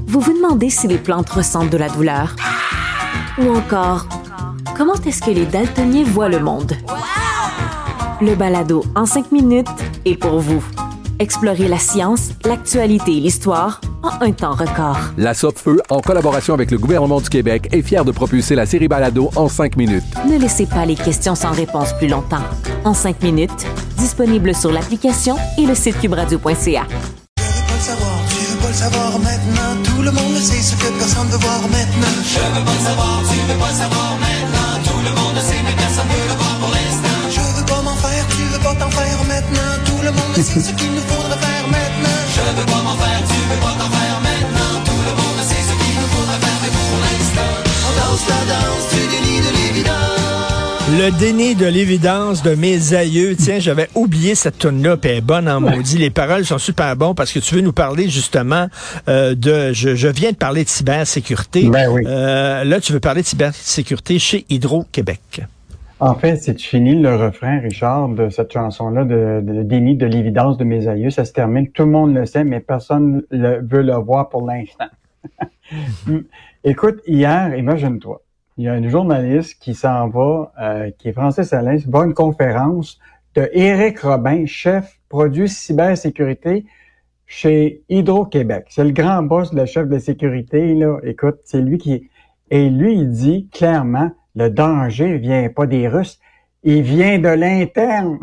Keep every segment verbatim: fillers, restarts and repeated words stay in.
Vous vous demandez si les plantes ressentent de la douleur? Ou encore, comment est-ce que les daltoniens voient le monde? Le balado en cinq minutes est pour vous. Explorez la science, l'actualité et l'histoire en un temps record. La Sopfeu, en collaboration avec le gouvernement du Québec, est fière de propulser la série balado en cinq minutes. Ne laissez pas les questions sans réponse plus longtemps. En cinq minutes, disponible sur l'application et le site cube radio point c a. Je veux pas le savoir, tu veux pas le savoir maintenant. Tout le monde le sait, ce que personne veut voir maintenant. Je veux pas le savoir, tu veux pas le savoir maintenant. Tout le monde le sait, mais personne veut le voir pour l'instant. Je veux pas m'en faire, tu veux pas t'en faire maintenant. Tout le monde le sait, ce qu'il nous faudrait faire maintenant. Je veux pas m'en faire, tu veux pas t'en faire maintenant. Tout le monde le sait, ce qu'il nous faudrait faire, mais pour l'instant, on danse la danse du déni de l'évidence. Le déni de l'évidence de mes aïeux. Tiens, j'avais oublié cette toune-là, puis elle est bonne en maudit. Les paroles sont super bonnes parce que tu veux nous parler justement euh, de... Je, je viens de parler de cybersécurité. Ben oui. Euh, là, tu veux parler de cybersécurité chez Hydro-Québec. En fait, c'est fini le refrain, Richard, de cette chanson-là, de, de déni de l'évidence de mes aïeux. Ça se termine, tout le monde le sait, mais personne ne veut le voir pour l'instant. Écoute, hier, imagine-toi, il y a une journaliste qui s'en va, euh, qui est Francis Alain, va à une conférence de Éric Robin, chef produit cybersécurité chez Hydro-Québec. C'est le grand boss, le chef de sécurité, là. Écoute, c'est lui qui... Et lui, il dit clairement, le danger vient pas des Russes, il vient de l'interne.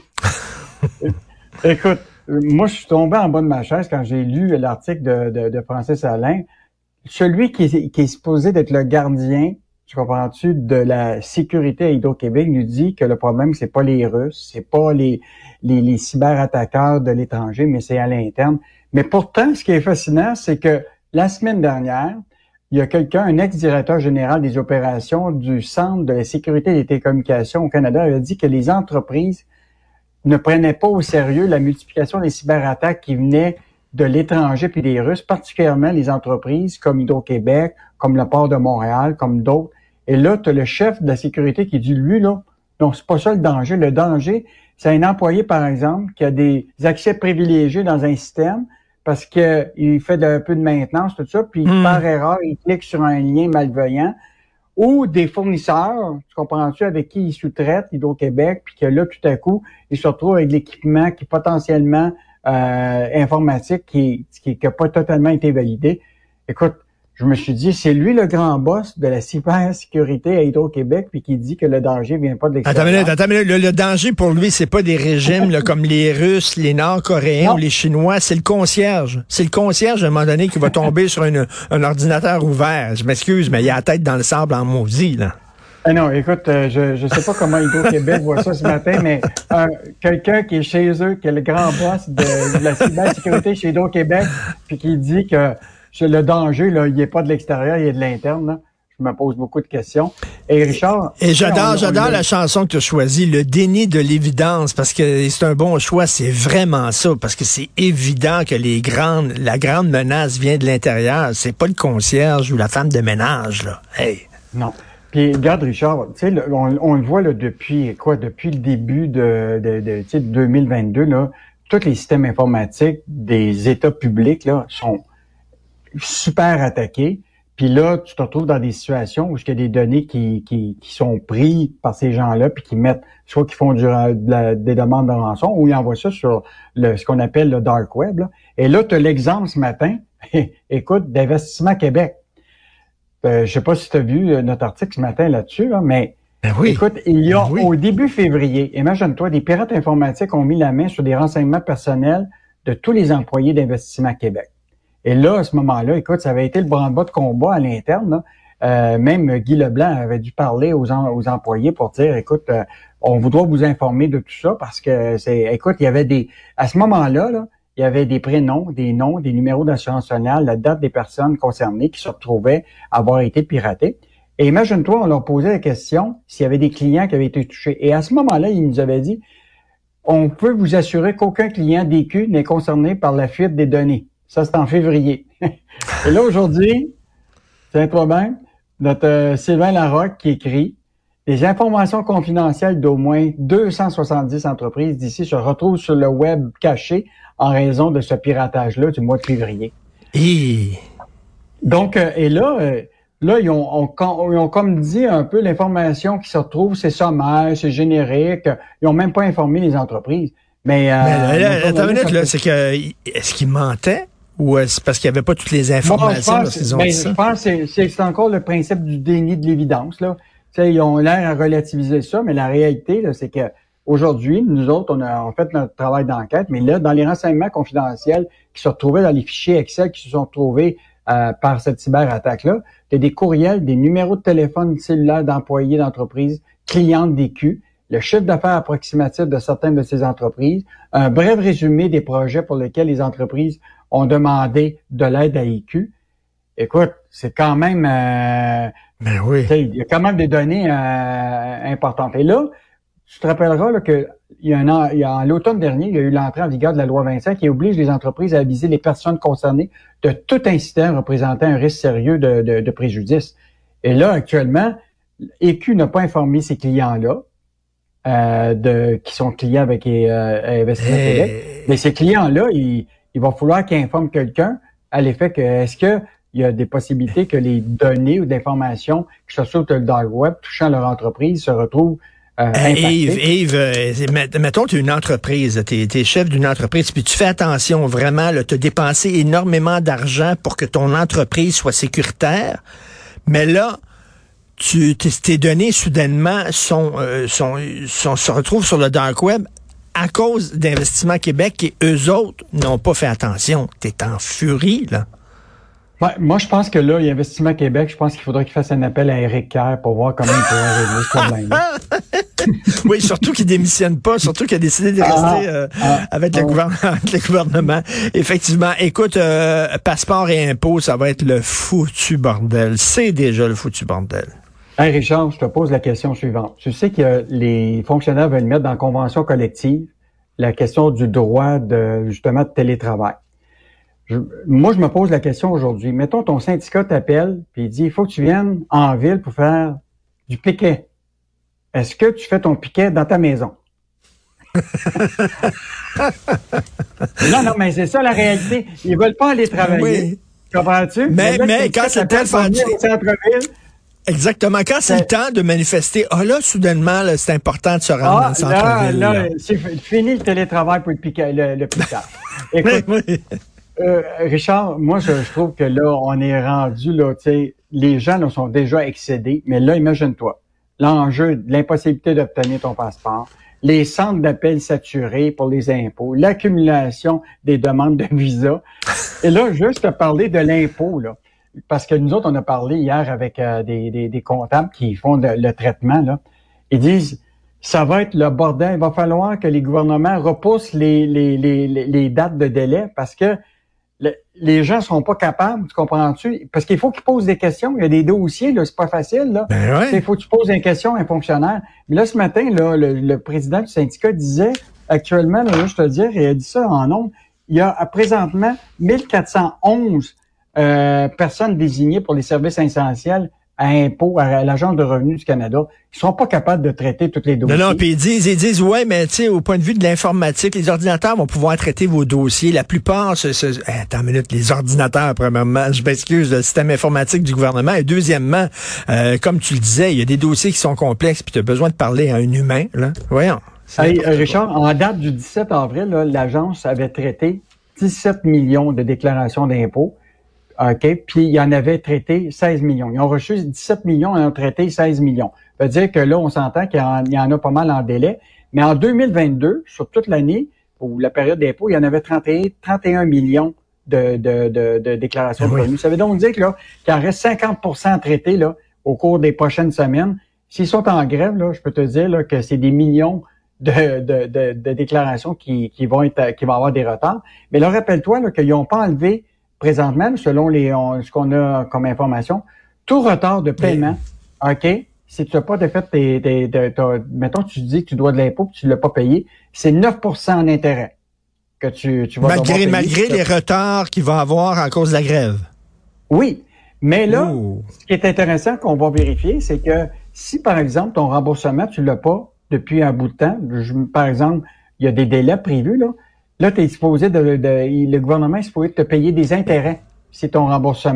Écoute, moi, je suis tombé en bas de ma chaise quand j'ai lu l'article de, de, de Francis Alain. Celui qui est, qui est supposé d'être le gardien, tu comprends-tu, de la sécurité à Hydro-Québec nous dit que le problème, c'est pas les Russes, c'est pas les, les, les cyberattaqueurs de l'étranger, mais c'est à l'interne. Mais pourtant, ce qui est fascinant, c'est que la semaine dernière, il y a quelqu'un, un ex-directeur général des opérations du Centre de la sécurité des télécommunications au Canada, il a dit que les entreprises ne prenaient pas au sérieux la multiplication des cyberattaques qui venaient de l'étranger puis des Russes, particulièrement les entreprises comme Hydro-Québec, comme le Port de Montréal, comme d'autres. Et là, tu as le chef de la sécurité qui dit, lui, là, non, c'est pas ça le danger. Le danger, c'est un employé, par exemple, qui a des accès privilégiés dans un système parce que il fait de, un peu de maintenance, tout ça, puis mmh. par erreur, il clique sur un lien malveillant, ou des fournisseurs, tu comprends-tu, avec qui il sous-traite Hydro-Québec, puis que là, tout à coup, il se retrouve avec l'équipement qui est potentiellement euh, informatique, qui qui n'a pas totalement été validé. Écoute, je me suis dit, c'est lui le grand boss de la cybersécurité à Hydro-Québec, puis qui dit que le danger vient pas de l'extérieur. Attends une minute, attends une minute. Le, le danger pour lui, c'est pas des régimes là, comme les Russes, les Nord-Coréens non. ou les Chinois, c'est le concierge. C'est le concierge, à un moment donné, qui va tomber sur une, un ordinateur ouvert. Je m'excuse, mais il a la tête dans le sable en maudit, là. Ah non, écoute, euh, je je sais pas comment Hydro-Québec voit ça ce matin, mais euh, quelqu'un qui est chez eux, qui est le grand boss de, de la cybersécurité chez Hydro-Québec, puis qui dit que le danger, là, il n'est pas de l'extérieur, il est de l'interne, là. Je me pose beaucoup de questions. Et Richard... Et j'adore, on, j'adore on, la chanson que tu as choisie, le déni de l'évidence, parce que c'est un bon choix, c'est vraiment ça, parce que c'est évident que les grandes, la grande menace vient de l'intérieur. C'est pas le concierge ou la femme de ménage, là. Hey. Non. Puis, regarde, Richard, tu sais, on, on le voit, là, depuis, quoi, depuis le début de, de, de, tu sais, deux mille vingt-deux, là, tous les systèmes informatiques des États publics, là, sont super attaqués. Puis là, tu te retrouves dans des situations où il y a des données qui, qui, qui sont prises par ces gens-là, puis qui mettent, soit qui font du, de la, des demandes de rançon, ou ils envoient ça sur le, ce qu'on appelle le dark web, là. Et là, tu as l'exemple ce matin, écoute, d'Investissement Québec. Euh, je sais pas si tu as vu notre article ce matin là-dessus, là, mais ben oui. écoute, il y a ben oui. au début février, imagine-toi, des pirates informatiques ont mis la main sur des renseignements personnels de tous les employés d'Investissement Québec. Et là, à ce moment-là, écoute, ça avait été le branle-bas de combat à l'interne, là. Euh, même Guy Leblanc avait dû parler aux, en, aux employés pour dire, écoute, euh, on voudra vous informer de tout ça parce que c'est, écoute, il y avait des, à ce moment-là, là, il y avait des prénoms, des noms, des numéros d'assurance sociale, la date des personnes concernées qui se retrouvaient avoir été piratées. Et imagine-toi, on leur posait la question s'il y avait des clients qui avaient été touchés. Et à ce moment-là, ils nous avaient dit, on peut vous assurer qu'aucun client D Q n'est concerné par la fuite des données. Ça, c'est en février. Et là, aujourd'hui, c'est un problème. Notre euh, Sylvain Larocque qui écrit « Les informations confidentielles d'au moins deux cent soixante-dix entreprises d'ici se retrouvent sur le web caché en raison de ce piratage-là du mois de février. » Et... Donc, euh, et là, euh, là, ils ont, on, ils ont comme dit un peu l'information qui se retrouve, c'est sommaire, c'est générique. Ils ont même pas informé les entreprises. Mais, euh, Mais là, là, attends une minute, là, c'est que, est-ce qu'ils mentaient? Ou est-ce parce qu'il n'y avait pas toutes les informations Moi, je pense, qu'ils ont ben, dit ça? Je pense que c'est, c'est encore le principe du déni de l'évidence, là. Tu sais, ils ont l'air à relativiser ça, mais la réalité, là, c'est que aujourd'hui, nous autres, on a, on fait notre travail d'enquête, mais là, dans les renseignements confidentiels qui se retrouvaient dans les fichiers Excel qui se sont retrouvés euh, par cette cyberattaque-là, il y a des courriels, des numéros de téléphone cellulaire d'employés d'entreprises, clientes d'E Q, le chiffre d'affaires approximatif de certaines de ces entreprises, un bref résumé des projets pour lesquels les entreprises ont demandé de l'aide à E Q. Écoute, c'est quand même... Euh, Ben oui. Il y a quand même des données euh, importantes. Et là, tu te rappelleras là, que il y a un an, il y a, en l'automne dernier, il y a eu l'entrée en vigueur de la loi vingt-cinq qui oblige les entreprises à aviser les personnes concernées de tout incident représentant un risque sérieux de, de, de préjudice. Et là, actuellement, E Q n'a pas informé ces clients-là, euh, de qui sont clients avec euh, Investissement Hey. Québec. Mais ces clients-là, il, il va falloir qu'ils informent quelqu'un à l'effet que est-ce que il y a des possibilités que les données ou d'informations qui se trouvent sur le dark web touchant leur entreprise se retrouvent euh, Hey, impactées. Yves, Yves, euh, met- mettons, tu es une entreprise, tu es chef d'une entreprise, puis tu fais attention vraiment, tu as dépensé énormément d'argent pour que ton entreprise soit sécuritaire, mais là, tu, tes, tes données, soudainement, sont, euh, sont, sont, se retrouvent sur le dark web à cause d'Investissement Québec et eux autres n'ont pas fait attention. Tu es en furie, là. Ouais, moi, je pense que là, il y a Investissement Québec, je pense qu'il faudrait qu'il fasse un appel à Éric Kerr pour voir comment il pourrait régler ce problème. Oui, surtout qu'il démissionne pas, surtout qu'il a décidé de Ah, rester euh, ah, avec, le ah. gouvernement, avec le gouvernement. Effectivement, écoute, euh, passeport et impôts, ça va être le foutu bordel. C'est déjà le foutu bordel. Hey Richard, je te pose la question suivante. Tu sais que les fonctionnaires veulent mettre dans la convention collective la question du droit de justement de télétravail. Je, moi, je me pose la question aujourd'hui. Mettons, ton syndicat t'appelle puis il dit, il faut que tu viennes en ville pour faire du piquet. Est-ce que tu fais ton piquet dans ta maison? non, non, mais c'est ça la réalité. Ils veulent pas aller travailler. Oui. Comprends-tu? Mais- là, mais le quand syndicat c'est le t'appelle temps de pour venir faire- au centre-ville, Exactement. Quand c'est le temps de manifester, ah là, soudainement, là, c'est important de se rendre dans ah, le centre-ville. là, là. là, c'est f- fini le télétravail pour le piquet, le, le piquage. Écoute, Oui, oui. Euh, Richard, moi, je, je trouve que là, on est rendu, là, tu sais, les gens là, sont déjà excédés, mais là, imagine-toi, l'enjeu de l'impossibilité d'obtenir ton passeport, les centres d'appel saturés pour les impôts, l'accumulation des demandes de visa. Et là, juste parler de l'impôt, là, parce que nous autres, on a parlé hier avec euh, des, des, des comptables qui font de- le traitement, là. Ils disent, ça va être le bordel. Il va falloir que les gouvernements repoussent les, les, les, les les dates de délai parce que le- les gens seront pas capables, tu comprends-tu? Parce qu'il faut qu'ils posent des questions. Il y a des dossiers, là, c'est pas facile, là. Ben ouais. Il faut que tu poses une question à un fonctionnaire. Mais là, ce matin, là, le, le président du syndicat disait, actuellement, là, je te le dis, il a dit ça en nombre, il y a à présentement mille quatre cent onze euh, personnes désignées pour les services essentiels à impôts, à l'Agence de revenus du Canada, qui sont pas capables de traiter tous les dossiers. Non, non, puis ils disent, ils disent, ouais, mais tu sais, au point de vue de l'informatique, les ordinateurs vont pouvoir traiter vos dossiers. La plupart, ce, ce, hey, attends une minute, les ordinateurs, premièrement, je m'excuse, le système informatique du gouvernement. Et deuxièmement, euh, comme tu le disais, il y a des dossiers qui sont complexes, puis tu as besoin de parler à un humain, là. Voyons. c'est Hey, n'importe quoi. Richard, en date du dix-sept avril, là, l'agence avait traité dix-sept millions de déclarations d'impôts. OK? Puis, il y en avait traité seize millions. Ils ont reçu dix-sept millions et ont traité seize millions. Ça veut dire que là, on s'entend qu'il y en, il y en a pas mal en délai. Mais en deux mille vingt-deux, sur toute l'année, ou la période d'impôt, il y en avait trente et un, trente et un millions de, de, de, de déclarations de Oui. revenus. Ça veut donc dire que là, qu'il en reste cinquante pour cent traités là, au cours des prochaines semaines. S'ils sont en grève, là, je peux te dire là, que c'est des millions de, de, de, de déclarations qui, qui vont être qui vont avoir des retards. Mais là, rappelle-toi là, qu'ils n'ont pas enlevé présentement, selon les on, ce qu'on a comme information, tout retard de paiement, OK, si tu n'as pas de fait tes, tes, tes, tes, mettons, tu dis que tu dois de l'impôt et tu ne l'as pas payé, c'est neuf pour cent en intérêt que tu, tu vas Malgré, devoir payer. malgré les retards qu'il va avoir à cause de la grève. Oui, mais là, Oh. ce qui est intéressant qu'on va vérifier, c'est que si, par exemple, ton remboursement, tu l'as pas depuis un bout de temps, je, par exemple, il y a des délais prévus, là, là, tu es supposé de, de, le gouvernement est supposé te payer des intérêts si ton remboursement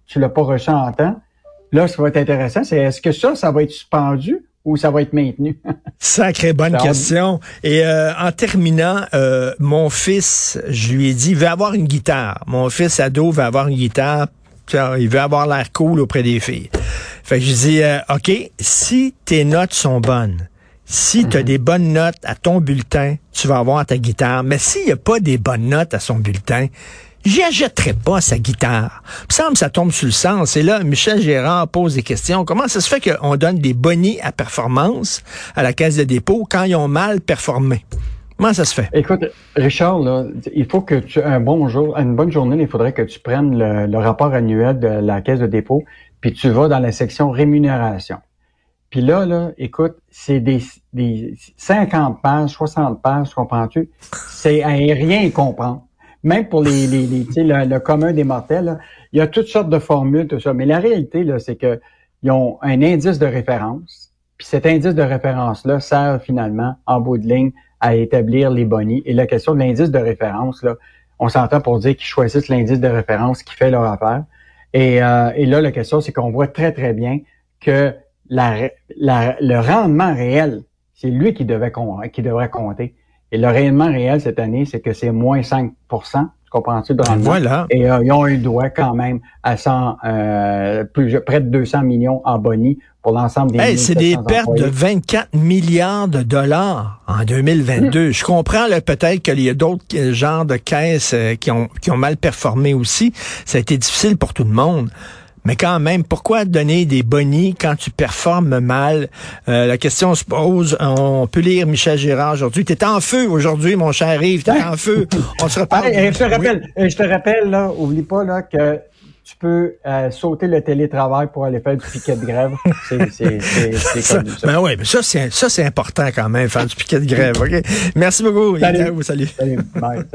tu l'as pas reçu en temps. Là, ce qui va être intéressant, c'est est-ce que ça, ça va être suspendu ou ça va être maintenu? Sacrée bonne Ça, question. Et euh, en terminant, euh, mon fils, je lui ai dit, il veut avoir une guitare. Mon fils ado veut avoir une guitare. Il veut avoir l'air cool auprès des filles. Fait que je dis, euh, OK, si tes notes sont bonnes, si tu as des bonnes notes à ton bulletin, tu vas avoir ta guitare. Mais s'il n'y a pas des bonnes notes à son bulletin, j'y achèterai pas sa guitare. Il me semble que ça tombe sur le sens. Et là, Michel Gérard pose des questions. Comment ça se fait qu'on donne des bonnies à performance à la Caisse de dépôt quand ils ont mal performé? Comment ça se fait? Écoute, Richard, là, il faut que tu un bon jour, une bonne journée, il faudrait que tu prennes le, le rapport annuel de la Caisse de dépôt, puis tu vas dans la section rémunération. Puis là, là, écoute, c'est des, des cinquante pages, soixante pages, comprends-tu? C'est à rien y comprendre. Même pour les, les, les tu sais, le, le commun des mortels, là, il y a toutes sortes de formules, tout ça. Mais la réalité, là, c'est que ils ont un indice de référence. Puis cet indice de référence-là sert finalement, en bout de ligne, à établir les bonnies. Et la question de l'indice de référence, là, on s'entend pour dire qu'ils choisissent l'indice de référence qui fait leur affaire. Et, euh, et là, la question, c'est qu'on voit très, très bien que la, la, le rendement réel, c'est lui qui, devait, qui devrait compter. Et le rendement réel cette année, c'est que c'est moins cinq pour cent. Tu comprends-tu le rendement? Voilà. Et euh, ils ont un droit quand même à cent, euh, plus, près de deux cents millions en bonus pour l'ensemble des Hey, c'est des pertes employés. de vingt-quatre milliards de dollars en deux mille vingt-deux. Mmh. Je comprends là, peut-être qu'il y a d'autres genres de caisses euh, qui ont, qui ont mal performé aussi. Ça a été difficile pour tout le monde. Mais quand même, pourquoi donner des bonnies quand tu performes mal? Euh, la question se pose, on peut lire Michel Gérard aujourd'hui. T'es en feu aujourd'hui, mon cher Yves, t'es en feu. On se reparle. Ah, je te rappelle, oui. je te rappelle, là, oublie pas là, que tu peux euh, sauter le télétravail pour aller faire du piquet de grève. C'est, c'est, c'est, c'est ça, comme ça. Ben oui, mais ça, c'est, ça, c'est important quand même, faire du piquet de grève. OK? Merci beaucoup. Salut. Salut. Salut. Bye.